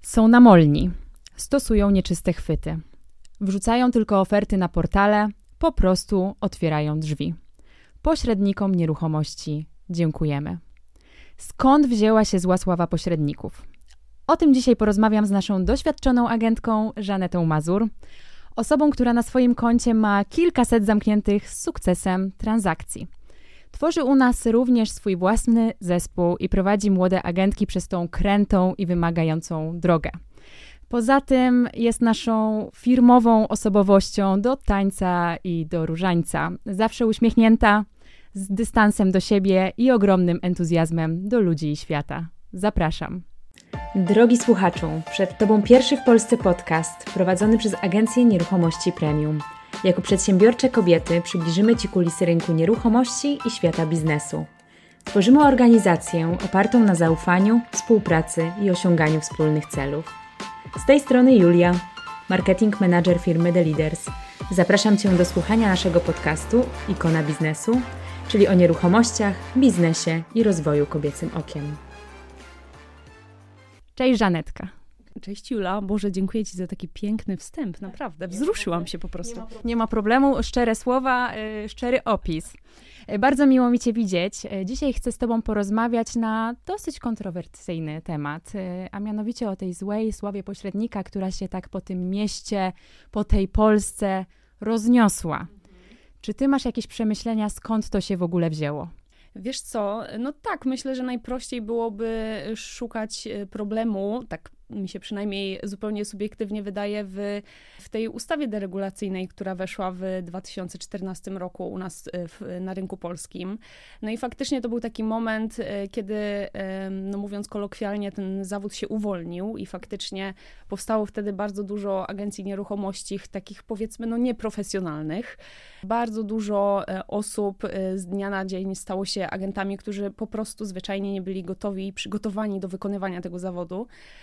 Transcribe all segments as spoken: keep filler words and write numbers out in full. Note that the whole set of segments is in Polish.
Są namolni, stosują nieczyste chwyty. Wrzucają tylko oferty na portale, po prostu otwierają drzwi. Pośrednikom nieruchomości dziękujemy. Skąd wzięła się zła sława pośredników? O tym dzisiaj porozmawiam z naszą doświadczoną agentką Żanetą Mazur, osobą, która na swoim koncie ma kilkaset zamkniętych z sukcesem transakcji. Tworzy u nas również swój własny zespół i prowadzi młode agentki przez tą krętą i wymagającą drogę. Poza tym jest naszą firmową osobowością do tańca i do różańca. Zawsze uśmiechnięta, z dystansem do siebie i ogromnym entuzjazmem do ludzi i świata. Zapraszam. Drogi słuchaczu, przed Tobą pierwszy w Polsce podcast prowadzony przez Agencję Nieruchomości Premium. Jako przedsiębiorcze kobiety przybliżymy Ci kulisy rynku nieruchomości i świata biznesu. Tworzymy organizację opartą na zaufaniu, współpracy i osiąganiu wspólnych celów. Z tej strony Julia, marketing manager firmy The Leaders. Zapraszam Cię do słuchania naszego podcastu Ikona Biznesu, czyli o nieruchomościach, biznesie i rozwoju kobiecym okiem. Cześć Żanetka. Cześć Jula. Boże, dziękuję Ci za taki piękny wstęp, naprawdę. Wzruszyłam się po prostu. Nie ma, nie ma problemu, szczere słowa, yy, szczery opis. Yy, bardzo miło mi Cię widzieć. Yy, dzisiaj chcę z Tobą porozmawiać na dosyć kontrowersyjny temat, yy, a mianowicie o tej złej sławie pośrednika, która się tak po tym mieście, po tej Polsce rozniosła. Mhm. Czy Ty masz jakieś przemyślenia, skąd to się w ogóle wzięło? Wiesz co, no tak, myślę, że najprościej byłoby szukać problemu, tak mi się przynajmniej zupełnie subiektywnie wydaje, w, w tej ustawie deregulacyjnej, która weszła w dwa tysiące czternastym roku u nas w, na rynku polskim. No i faktycznie to był taki moment, kiedy, no mówiąc kolokwialnie, ten zawód się uwolnił i faktycznie powstało wtedy bardzo dużo agencji nieruchomości, takich powiedzmy no nieprofesjonalnych. Bardzo dużo osób z dnia na dzień stało się agentami, którzy po prostu zwyczajnie nie byli gotowi i przygotowani do wykonywania tego zawodu.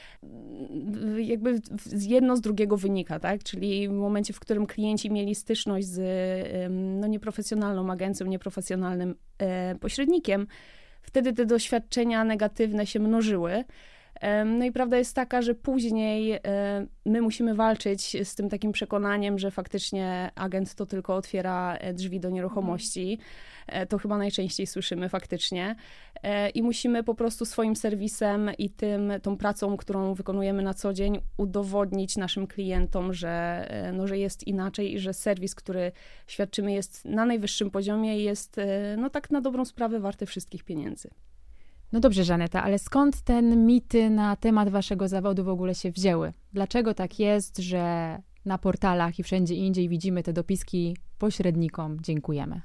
Jakby jedno z drugiego wynika, tak? Czyli w momencie, w którym klienci mieli styczność z no, nieprofesjonalną agencją, nieprofesjonalnym e, pośrednikiem, wtedy te doświadczenia negatywne się mnożyły. No i prawda jest taka, że później my musimy walczyć z tym takim przekonaniem, że faktycznie agent to tylko otwiera drzwi do nieruchomości. To chyba najczęściej słyszymy faktycznie. I musimy po prostu swoim serwisem i tym, tą pracą, którą wykonujemy na co dzień, udowodnić naszym klientom, że, no, że jest inaczej i że serwis, który świadczymy, jest na najwyższym poziomie i jest no tak na dobrą sprawę warty wszystkich pieniędzy. No dobrze, Żaneta, ale skąd te mity na temat waszego zawodu w ogóle się wzięły? Dlaczego tak jest, że na portalach i wszędzie indziej widzimy te dopiski pośrednikom dziękujemy?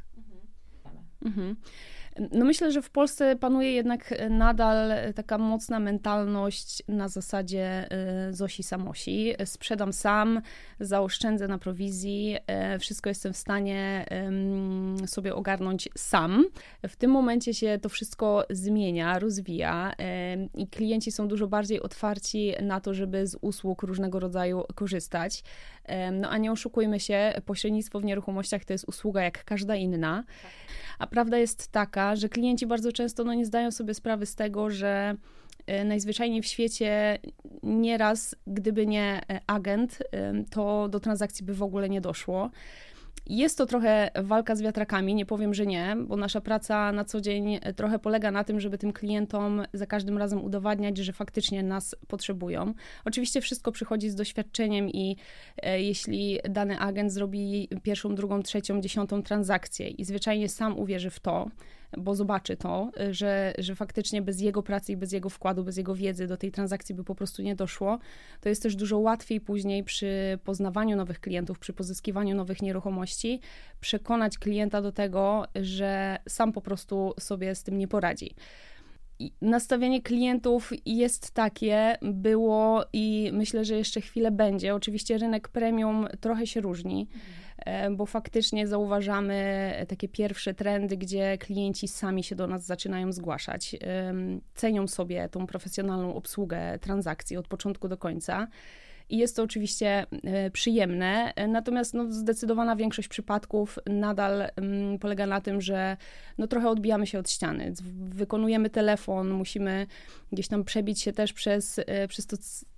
Mhm. No myślę, że w Polsce panuje jednak nadal taka mocna mentalność na zasadzie Zosi Samosi. Sprzedam sam, zaoszczędzę na prowizji, wszystko jestem w stanie sobie ogarnąć sam. W tym momencie się to wszystko zmienia, rozwija i klienci są dużo bardziej otwarci na to, żeby z usług różnego rodzaju korzystać. No a nie oszukujmy się, pośrednictwo w nieruchomościach to jest usługa jak każda inna. A prawda jest taka, że klienci bardzo często no, nie zdają sobie sprawy z tego, że najzwyczajniej w świecie nieraz, gdyby nie agent, to do transakcji by w ogóle nie doszło. Jest to trochę walka z wiatrakami, nie powiem, że nie, bo nasza praca na co dzień trochę polega na tym, żeby tym klientom za każdym razem udowadniać, że faktycznie nas potrzebują. Oczywiście wszystko przychodzi z doświadczeniem i e, jeśli dany agent zrobi pierwszą, drugą, trzecią, dziesiątą transakcję i zwyczajnie sam uwierzy w to, bo zobaczy to, że, że faktycznie bez jego pracy i bez jego wkładu, bez jego wiedzy do tej transakcji by po prostu nie doszło, to jest też dużo łatwiej później przy poznawaniu nowych klientów, przy pozyskiwaniu nowych nieruchomości, przekonać klienta do tego, że sam po prostu sobie z tym nie poradzi. Nastawienie klientów jest takie, było i myślę, że jeszcze chwilę będzie. Oczywiście rynek premium trochę się różni, mhm. bo faktycznie zauważamy takie pierwsze trendy, gdzie klienci sami się do nas zaczynają zgłaszać. Cenią sobie tą profesjonalną obsługę transakcji od początku do końca. I jest to oczywiście przyjemne, natomiast no, zdecydowana większość przypadków nadal um, polega na tym, że no, trochę odbijamy się od ściany. Wykonujemy telefon, musimy gdzieś tam przebić się też przez, przez to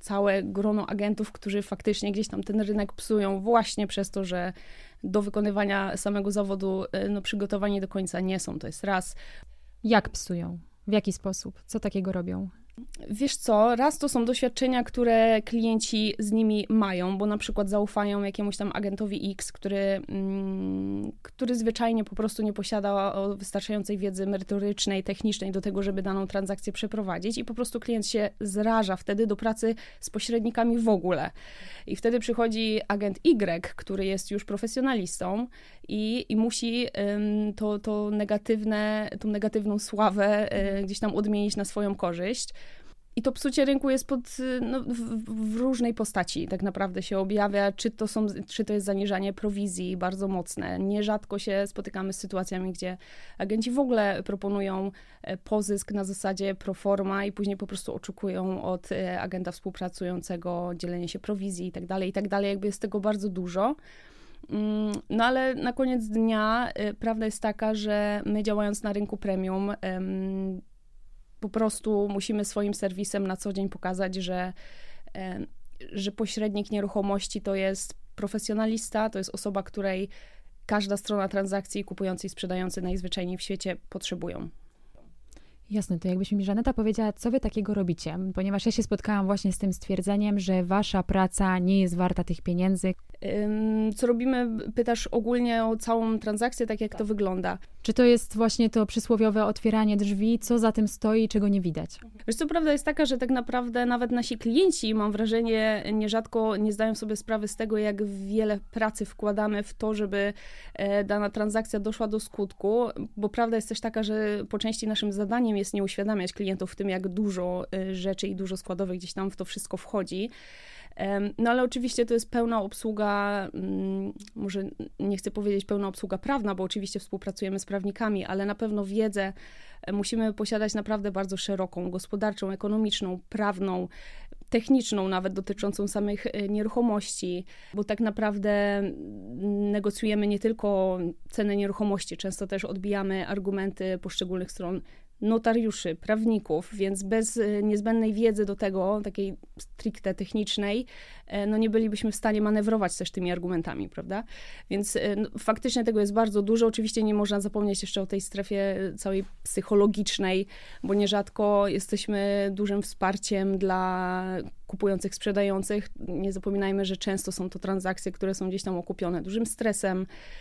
całe grono agentów, którzy faktycznie gdzieś tam ten rynek psują właśnie przez to, że do wykonywania samego zawodu no, przygotowani do końca nie są. To jest raz. Jak psują? W jaki sposób? Co takiego robią? Wiesz co, raz to są doświadczenia, które klienci z nimi mają, bo na przykład zaufają jakiemuś tam agentowi X, który, mm, który zwyczajnie po prostu nie posiada wystarczającej wiedzy merytorycznej, technicznej do tego, żeby daną transakcję przeprowadzić i po prostu klient się zraża wtedy do pracy z pośrednikami w ogóle. I wtedy przychodzi agent Y, który jest już profesjonalistą i, i musi ym, to, to negatywne, tą negatywną sławę y, gdzieś tam odmienić na swoją korzyść. I to psucie rynku jest pod, no, w, w różnej postaci tak naprawdę się objawia, czy to, są, czy to jest zaniżanie prowizji bardzo mocne. Nierzadko się spotykamy z sytuacjami, gdzie agenci w ogóle proponują pozysk na zasadzie pro forma i później po prostu oczekują od agenta współpracującego dzielenie się prowizji i tak dalej, i tak dalej. Jakby jest tego bardzo dużo. No ale na koniec dnia prawda jest taka, że my działając na rynku premium po prostu musimy swoim serwisem na co dzień pokazać, że, że pośrednik nieruchomości to jest profesjonalista, to jest osoba, której każda strona transakcji kupujący i sprzedający najzwyczajniej w świecie potrzebują. Jasne, to jakbyś mi, Żaneta, powiedziała, co wy takiego robicie, ponieważ ja się spotkałam właśnie z tym stwierdzeniem, że wasza praca nie jest warta tych pieniędzy. Co robimy? Pytasz ogólnie o całą transakcję, tak jak to wygląda. Czy to jest właśnie to przysłowiowe otwieranie drzwi, co za tym stoi, czego nie widać? Wiesz co, prawda jest taka, że tak naprawdę nawet nasi klienci, mam wrażenie, nierzadko nie zdają sobie sprawy z tego, jak wiele pracy wkładamy w to, żeby dana transakcja doszła do skutku, bo prawda jest też taka, że po części naszym zadaniem jest nie uświadamiać klientów w tym, jak dużo rzeczy i dużo składowych gdzieś tam w to wszystko wchodzi. No ale oczywiście to jest pełna obsługa, może nie chcę powiedzieć pełna obsługa prawna, bo oczywiście współpracujemy z prawnikami, ale na pewno wiedzę musimy posiadać naprawdę bardzo szeroką, gospodarczą, ekonomiczną, prawną, techniczną nawet dotyczącą samych nieruchomości, bo tak naprawdę negocjujemy nie tylko cenę nieruchomości, często też odbijamy argumenty poszczególnych stron notariuszy, prawników, więc bez niezbędnej wiedzy do tego, takiej stricte technicznej, no nie bylibyśmy w stanie manewrować też tymi argumentami, prawda? Więc no, faktycznie tego jest bardzo dużo. Oczywiście nie można zapomnieć jeszcze o tej strefie całej psychologicznej, bo nierzadko jesteśmy dużym wsparciem dla kupujących, sprzedających. Nie zapominajmy, że często są to transakcje, które są gdzieś tam okupione dużym stresem.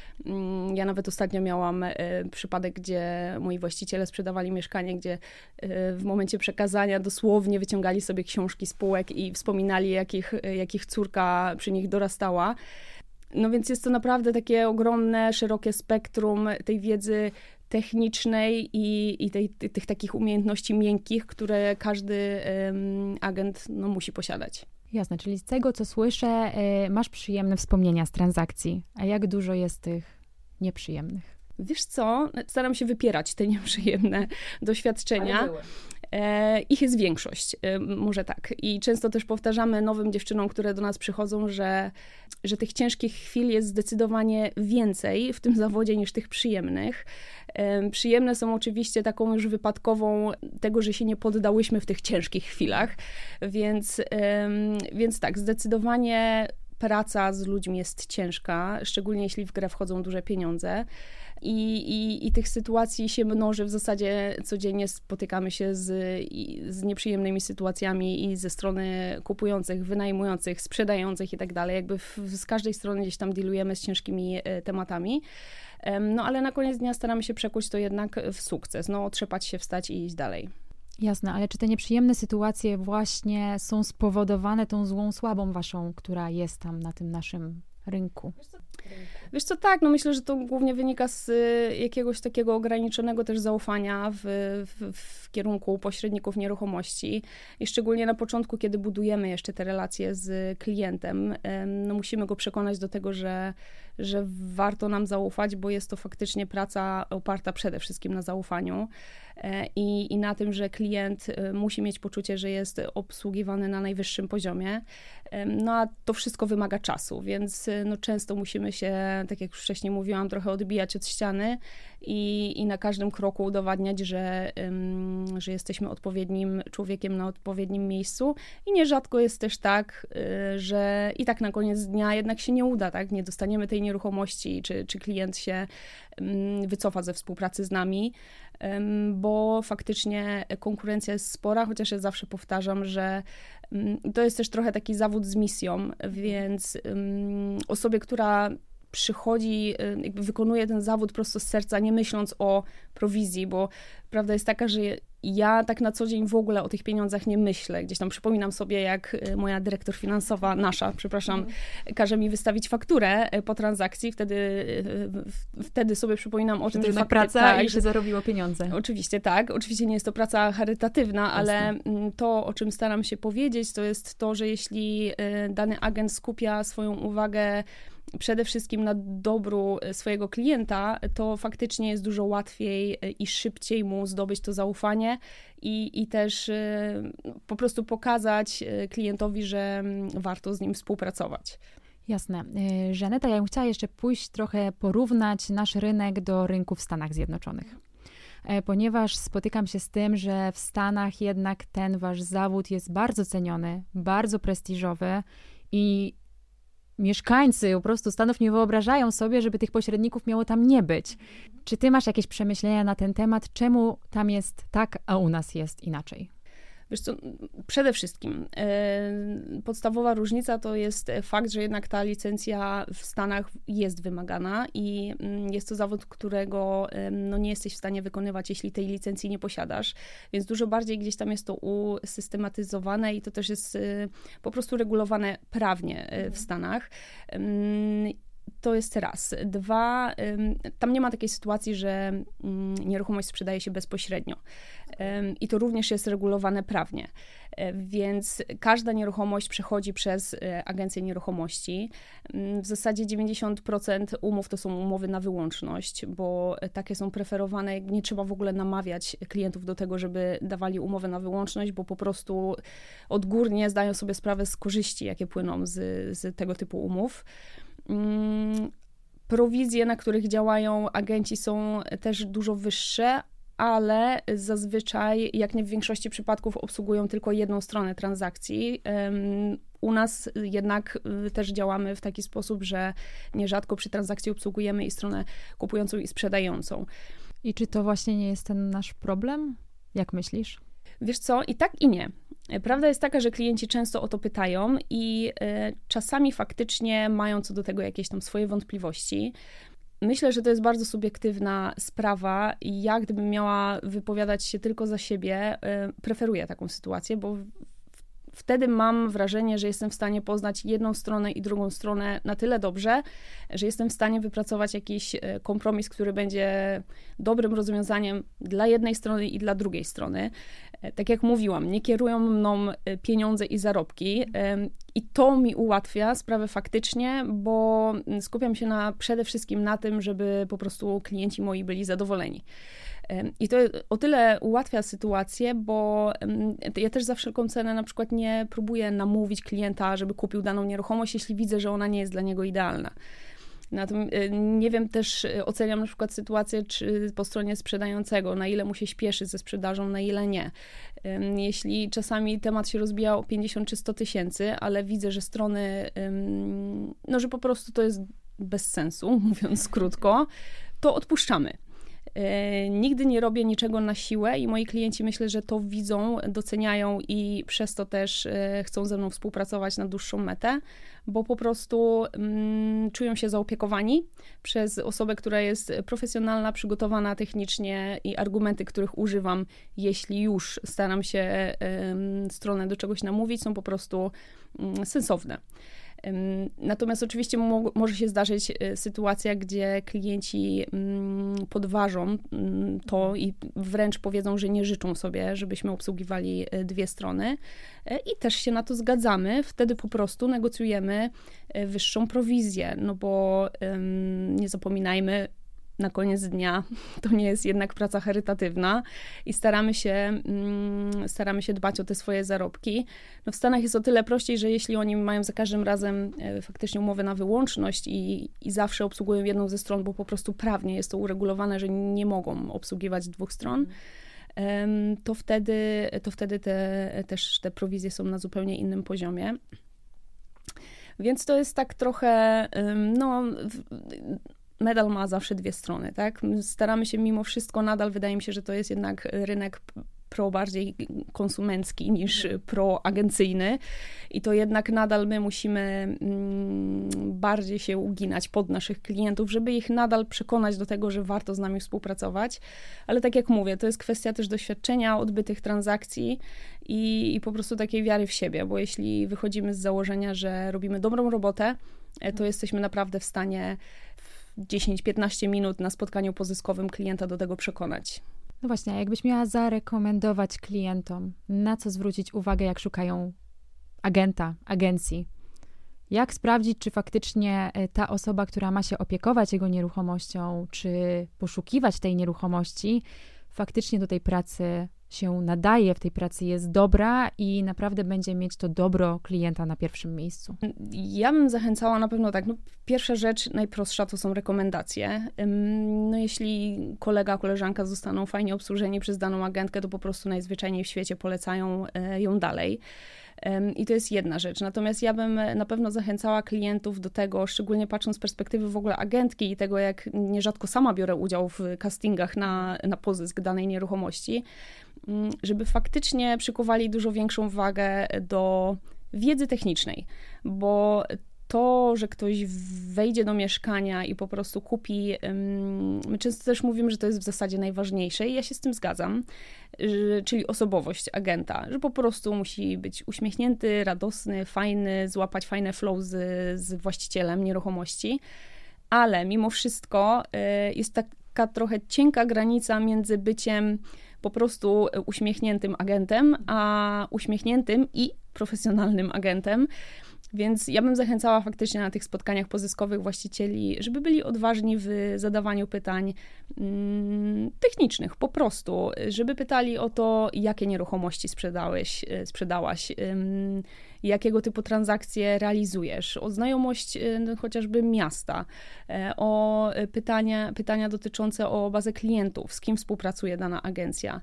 Ja nawet ostatnio miałam przypadek, gdzie moi właściciele sprzedawali mieszkanie, gdzie w momencie przekazania dosłownie wyciągali sobie książki spółek i wspominali, jakich, jakich córka przy nich dorastała. No więc jest to naprawdę takie ogromne, szerokie spektrum tej wiedzy technicznej i, i tej, tych, tych takich umiejętności miękkich, które każdy um, agent no, musi posiadać. Jasne, czyli z tego, co słyszę, y, masz przyjemne wspomnienia z transakcji. A jak dużo jest tych nieprzyjemnych? Wiesz co, staram się wypierać te nieprzyjemne doświadczenia. E, ich jest większość, e, może tak. I często też powtarzamy nowym dziewczynom, które do nas przychodzą, że, że tych ciężkich chwil jest zdecydowanie więcej w tym zawodzie niż tych przyjemnych. E, przyjemne są oczywiście taką już wypadkową tego, że się nie poddałyśmy w tych ciężkich chwilach. Więc, e, więc tak, zdecydowanie praca z ludźmi jest ciężka, szczególnie jeśli w grę wchodzą duże pieniądze. I, i, I tych sytuacji się mnoży. W zasadzie codziennie spotykamy się z, z nieprzyjemnymi sytuacjami i ze strony kupujących, wynajmujących, sprzedających i tak dalej. Jakby w, z każdej strony gdzieś tam dealujemy z ciężkimi tematami. No ale na koniec dnia staramy się przekuć to jednak w sukces. No, otrzepać się, wstać i iść dalej. Jasne, ale czy te nieprzyjemne sytuacje właśnie są spowodowane tą złą słabą waszą, która jest tam na tym naszym rynku? Wiesz co, tak, no myślę, że to głównie wynika z jakiegoś takiego ograniczonego też zaufania w, w, w kierunku pośredników nieruchomości i szczególnie na początku, kiedy budujemy jeszcze te relacje z klientem, no musimy go przekonać do tego, że, że warto nam zaufać, bo jest to faktycznie praca oparta przede wszystkim na zaufaniu. i, i na tym, że klient musi mieć poczucie, że jest obsługiwany na najwyższym poziomie. No a to wszystko wymaga czasu, więc no, często musimy się, tak jak już wcześniej mówiłam, trochę odbijać od ściany i, i na każdym kroku udowadniać, że, um, że jesteśmy odpowiednim człowiekiem na odpowiednim miejscu i nierzadko jest też tak, y, że i tak na koniec dnia jednak się nie uda, tak? Nie dostaniemy tej nieruchomości, czy, czy klient się um, wycofa ze współpracy z nami, um, bo faktycznie konkurencja jest spora, chociaż ja zawsze powtarzam, że um, to jest też trochę taki zawód z misją, więc um, osobie, która przychodzi, jakby wykonuje ten zawód prosto z serca, nie myśląc o prowizji, bo prawda jest taka, że ja tak na co dzień w ogóle o tych pieniądzach nie myślę. Gdzieś tam przypominam sobie, jak moja dyrektor finansowa, nasza, przepraszam, mm. każe mi wystawić fakturę po transakcji, wtedy, wtedy sobie przypominam o że tym, że fakty, praca tak, i się zarobiło pieniądze. Oczywiście tak, oczywiście nie jest to praca charytatywna, Jasne. Ale to, o czym staram się powiedzieć, to jest to, że jeśli dany agent skupia swoją uwagę przede wszystkim na dobru swojego klienta, to faktycznie jest dużo łatwiej i szybciej mu zdobyć to zaufanie i, i też po prostu pokazać klientowi, że warto z nim współpracować. Jasne. Żaneta, ja bym chciała jeszcze pójść trochę porównać nasz rynek do rynku w Stanach Zjednoczonych. Ponieważ spotykam się z tym, że w Stanach jednak ten wasz zawód jest bardzo ceniony, bardzo prestiżowy i mieszkańcy po prostu Stanów nie wyobrażają sobie, żeby tych pośredników miało tam nie być. Czy ty masz jakieś przemyślenia na ten temat? Czemu tam jest tak, a u nas jest inaczej? Wiesz co, przede wszystkim yy, podstawowa różnica to jest fakt, że jednak ta licencja w Stanach jest wymagana i yy, jest to zawód, którego yy, no nie jesteś w stanie wykonywać, jeśli tej licencji nie posiadasz, więc dużo bardziej gdzieś tam jest to usystematyzowane i to też jest yy, po prostu regulowane prawnie yy, w Stanach. Yy, To jest raz. Dwa, tam nie ma takiej sytuacji, że nieruchomość sprzedaje się bezpośrednio. I to również jest regulowane prawnie. Więc każda nieruchomość przechodzi przez agencję nieruchomości. W zasadzie dziewięćdziesiąt procent umów to są umowy na wyłączność, bo takie są preferowane. Nie trzeba w ogóle namawiać klientów do tego, żeby dawali umowę na wyłączność, bo po prostu odgórnie zdają sobie sprawę z korzyści, jakie płyną z, z tego typu umów. Prowizje, na których działają agenci, są też dużo wyższe, ale zazwyczaj, jak nie w większości przypadków, obsługują tylko jedną stronę transakcji. U nas jednak też działamy w taki sposób, że nierzadko przy transakcji obsługujemy i stronę kupującą i sprzedającą. I czy to właśnie nie jest ten nasz problem? Jak myślisz? Wiesz co, i tak i nie. Prawda jest taka, że klienci często o to pytają i y, czasami faktycznie mają co do tego jakieś tam swoje wątpliwości. Myślę, że to jest bardzo subiektywna sprawa i ja, gdybym miała wypowiadać się tylko za siebie, y, preferuję taką sytuację, bo w, wtedy mam wrażenie, że jestem w stanie poznać jedną stronę i drugą stronę na tyle dobrze, że jestem w stanie wypracować jakiś kompromis, który będzie dobrym rozwiązaniem dla jednej strony i dla drugiej strony. Tak jak mówiłam, nie kierują mną pieniądze i zarobki i to mi ułatwia sprawę faktycznie, bo skupiam się na, przede wszystkim na tym, żeby po prostu klienci moi byli zadowoleni. I to o tyle ułatwia sytuację, bo ja też za wszelką cenę na przykład nie próbuję namówić klienta, żeby kupił daną nieruchomość, jeśli widzę, że ona nie jest dla niego idealna. Natomiast nie wiem, też oceniam na przykład sytuację czy po stronie sprzedającego, na ile mu się śpieszy ze sprzedażą, na ile nie. Jeśli czasami temat się rozbija o pięćdziesiąt czy sto tysięcy, ale widzę, że strony, no że po prostu to jest bez sensu, mówiąc krótko, to odpuszczamy. Nigdy nie robię niczego na siłę i moi klienci myślę, że to widzą, doceniają i przez to też chcą ze mną współpracować na dłuższą metę, bo po prostu mm, czują się zaopiekowani przez osobę, która jest profesjonalna, przygotowana technicznie i argumenty, których używam, jeśli już staram się y, stronę do czegoś namówić, są po prostu y, sensowne. Natomiast oczywiście mo- może się zdarzyć sytuacja, gdzie klienci mm, podważą mm, to i wręcz powiedzą, że nie życzą sobie, żebyśmy obsługiwali dwie strony i też się na to zgadzamy. Wtedy po prostu negocjujemy wyższą prowizję, no bo ym, nie zapominajmy, na koniec dnia to nie jest jednak praca charytatywna i staramy się, mm, staramy się dbać o te swoje zarobki. No w Stanach jest o tyle prościej, że jeśli oni mają za każdym razem e, faktycznie umowę na wyłączność i, i zawsze obsługują jedną ze stron, bo po prostu prawnie jest to uregulowane, że nie mogą obsługiwać dwóch stron, em, to wtedy, to wtedy te, też te prowizje są na zupełnie innym poziomie. Więc to jest tak trochę, no... Medal ma zawsze dwie strony, tak? Staramy się mimo wszystko, nadal wydaje mi się, że to jest jednak rynek pro bardziej konsumencki niż proagencyjny i to jednak nadal my musimy mm, bardziej się uginać pod naszych klientów, żeby ich nadal przekonać do tego, że warto z nami współpracować, ale tak jak mówię, to jest kwestia też doświadczenia, odbytych transakcji i, i po prostu takiej wiary w siebie, bo jeśli wychodzimy z założenia, że robimy dobrą robotę, to jesteśmy naprawdę w stanie dziesięć piętnaście minut na spotkaniu pozyskowym klienta do tego przekonać. No właśnie, a jakbyś miała zarekomendować klientom, na co zwrócić uwagę, jak szukają agenta, agencji? Jak sprawdzić, czy faktycznie ta osoba, która ma się opiekować jego nieruchomością, czy poszukiwać tej nieruchomości, faktycznie do tej pracy się nadaje, w tej pracy jest dobra i naprawdę będzie mieć to dobro klienta na pierwszym miejscu? Ja bym zachęcała na pewno tak, no pierwsza rzecz, najprostsza to są rekomendacje. No jeśli kolega, koleżanka zostaną fajnie obsłużeni przez daną agentkę, to po prostu najzwyczajniej w świecie polecają ją dalej. I to jest jedna rzecz. Natomiast ja bym na pewno zachęcała klientów do tego, szczególnie patrząc z perspektywy w ogóle agentki i tego, jak nierzadko sama biorę udział w castingach na, na pozysk danej nieruchomości, żeby faktycznie przykuwali dużo większą wagę do wiedzy technicznej, bo to, że ktoś wejdzie do mieszkania i po prostu kupi, my często też mówimy, że to jest w zasadzie najważniejsze i ja się z tym zgadzam, czyli osobowość agenta, że po prostu musi być uśmiechnięty, radosny, fajny, złapać fajne flow z, z właścicielem nieruchomości, ale mimo wszystko jest taka trochę cienka granica między byciem po prostu uśmiechniętym agentem, a uśmiechniętym i profesjonalnym agentem. Więc ja bym zachęcała faktycznie na tych spotkaniach pozyskowych właścicieli, żeby byli odważni w zadawaniu pytań mm, technicznych, po prostu, żeby pytali o to, jakie nieruchomości sprzedałeś, sprzedałaś, ym, jakiego typu transakcje realizujesz, o znajomość y, chociażby miasta, y, o pytania, pytania dotyczące o bazę klientów, z kim współpracuje dana agencja.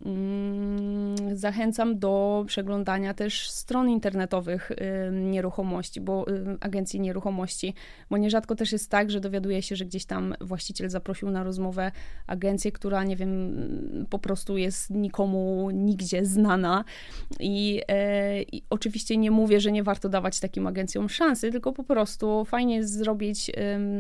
Y, zachęcam do przeglądania też stron internetowych y, nieruchomości, bo y, agencji nieruchomości, bo nierzadko też jest tak, że dowiaduje się, że gdzieś tam właściciel zaprosił na rozmowę agencję, która, nie wiem, po prostu jest nikomu nigdzie znana i, y, i oczywiście nie mówię, że nie warto dawać takim agencjom szansy, tylko po prostu fajnie jest zrobić,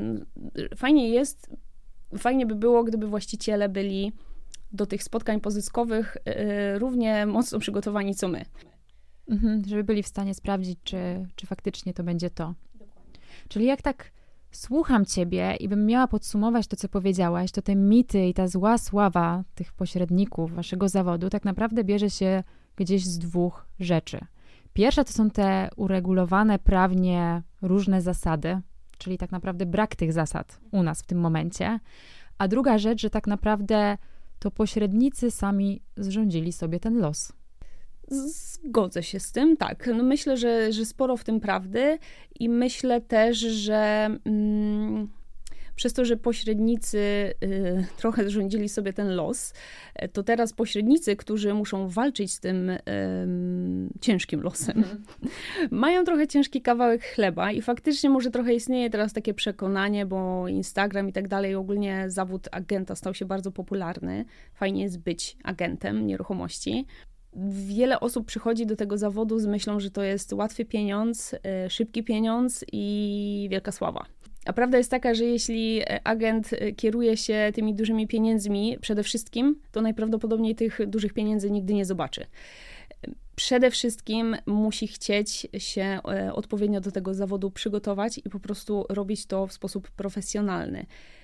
y, fajnie jest, fajnie by było, gdyby właściciele byli do tych spotkań pozyskowych y, równie mocno przygotowani co my. Mhm, żeby byli w stanie sprawdzić, czy, czy faktycznie to będzie to. Dokładnie. Czyli jak tak słucham ciebie i bym miała podsumować to, co powiedziałaś, to te mity i ta zła sława tych pośredników waszego zawodu tak naprawdę bierze się gdzieś z dwóch rzeczy. Pierwsza to są te uregulowane prawnie różne zasady, czyli tak naprawdę brak tych zasad u nas w tym momencie. A druga rzecz, że tak naprawdę to pośrednicy sami zrządzili sobie ten los. Zgodzę się z tym, tak. No myślę, że, że sporo w tym prawdy i myślę też, że mm, przez to, że pośrednicy y, trochę zrządzili sobie ten los, to teraz pośrednicy, którzy muszą walczyć z tym y, ciężkim losem, mhm. mają trochę ciężki kawałek chleba i faktycznie może trochę istnieje teraz takie przekonanie, bo Instagram i tak dalej, ogólnie zawód agenta stał się bardzo popularny. Fajnie jest być agentem nieruchomości. Wiele osób przychodzi do tego zawodu z myślą, że to jest łatwy pieniądz, szybki pieniądz i wielka sława. A prawda jest taka, że jeśli agent kieruje się tymi dużymi pieniędzmi przede wszystkim, to najprawdopodobniej tych dużych pieniędzy nigdy nie zobaczy. Przede wszystkim musi chcieć się odpowiednio do tego zawodu przygotować i po prostu robić to w sposób profesjonalny.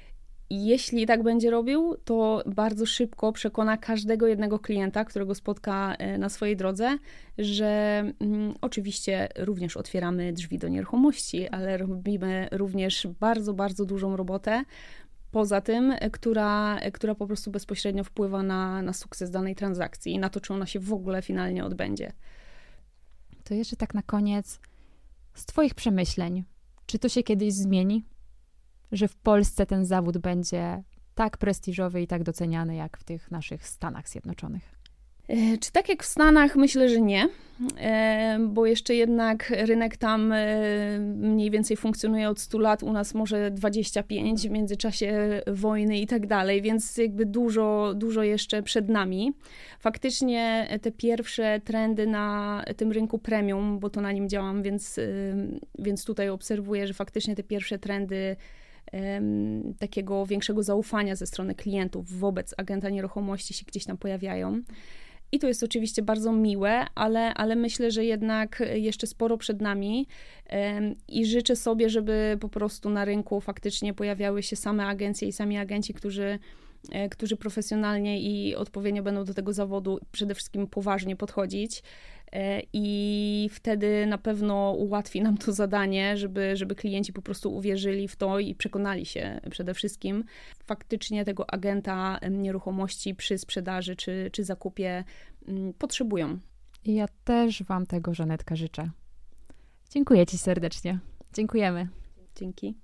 I jeśli tak będzie robił, to bardzo szybko przekona każdego jednego klienta, którego spotka na swojej drodze, że mm, oczywiście również otwieramy drzwi do nieruchomości, ale robimy również bardzo, bardzo dużą robotę poza tym, która, która po prostu bezpośrednio wpływa na, na sukces danej transakcji i na to, czy ona się w ogóle finalnie odbędzie. To jeszcze tak na koniec, z twoich przemyśleń, czy to się kiedyś zmieni? Że w Polsce ten zawód będzie tak prestiżowy i tak doceniany, jak w tych naszych Stanach Zjednoczonych? Czy tak jak w Stanach? Myślę, że nie, bo jeszcze jednak rynek tam mniej więcej funkcjonuje od stu lat, u nas może dwadzieścia pięć w międzyczasie wojny i tak dalej, więc jakby dużo, dużo jeszcze przed nami. Faktycznie te pierwsze trendy na tym rynku premium, bo to na nim działam, więc, więc tutaj obserwuję, że faktycznie te pierwsze trendy takiego większego zaufania ze strony klientów wobec agenta nieruchomości się gdzieś tam pojawiają. I to jest oczywiście bardzo miłe, ale, ale myślę, że jednak jeszcze sporo przed nami um, i życzę sobie, żeby po prostu na rynku faktycznie pojawiały się same agencje i sami agenci, którzy, e, którzy profesjonalnie i odpowiednio będą do tego zawodu przede wszystkim poważnie podchodzić. I wtedy na pewno ułatwi nam to zadanie, żeby, żeby klienci po prostu uwierzyli w to i przekonali się przede wszystkim faktycznie tego agenta nieruchomości przy sprzedaży czy, czy zakupie potrzebują. I ja też wam tego, Żanetka, życzę. Dziękuję ci serdecznie. Dziękujemy. Dzięki.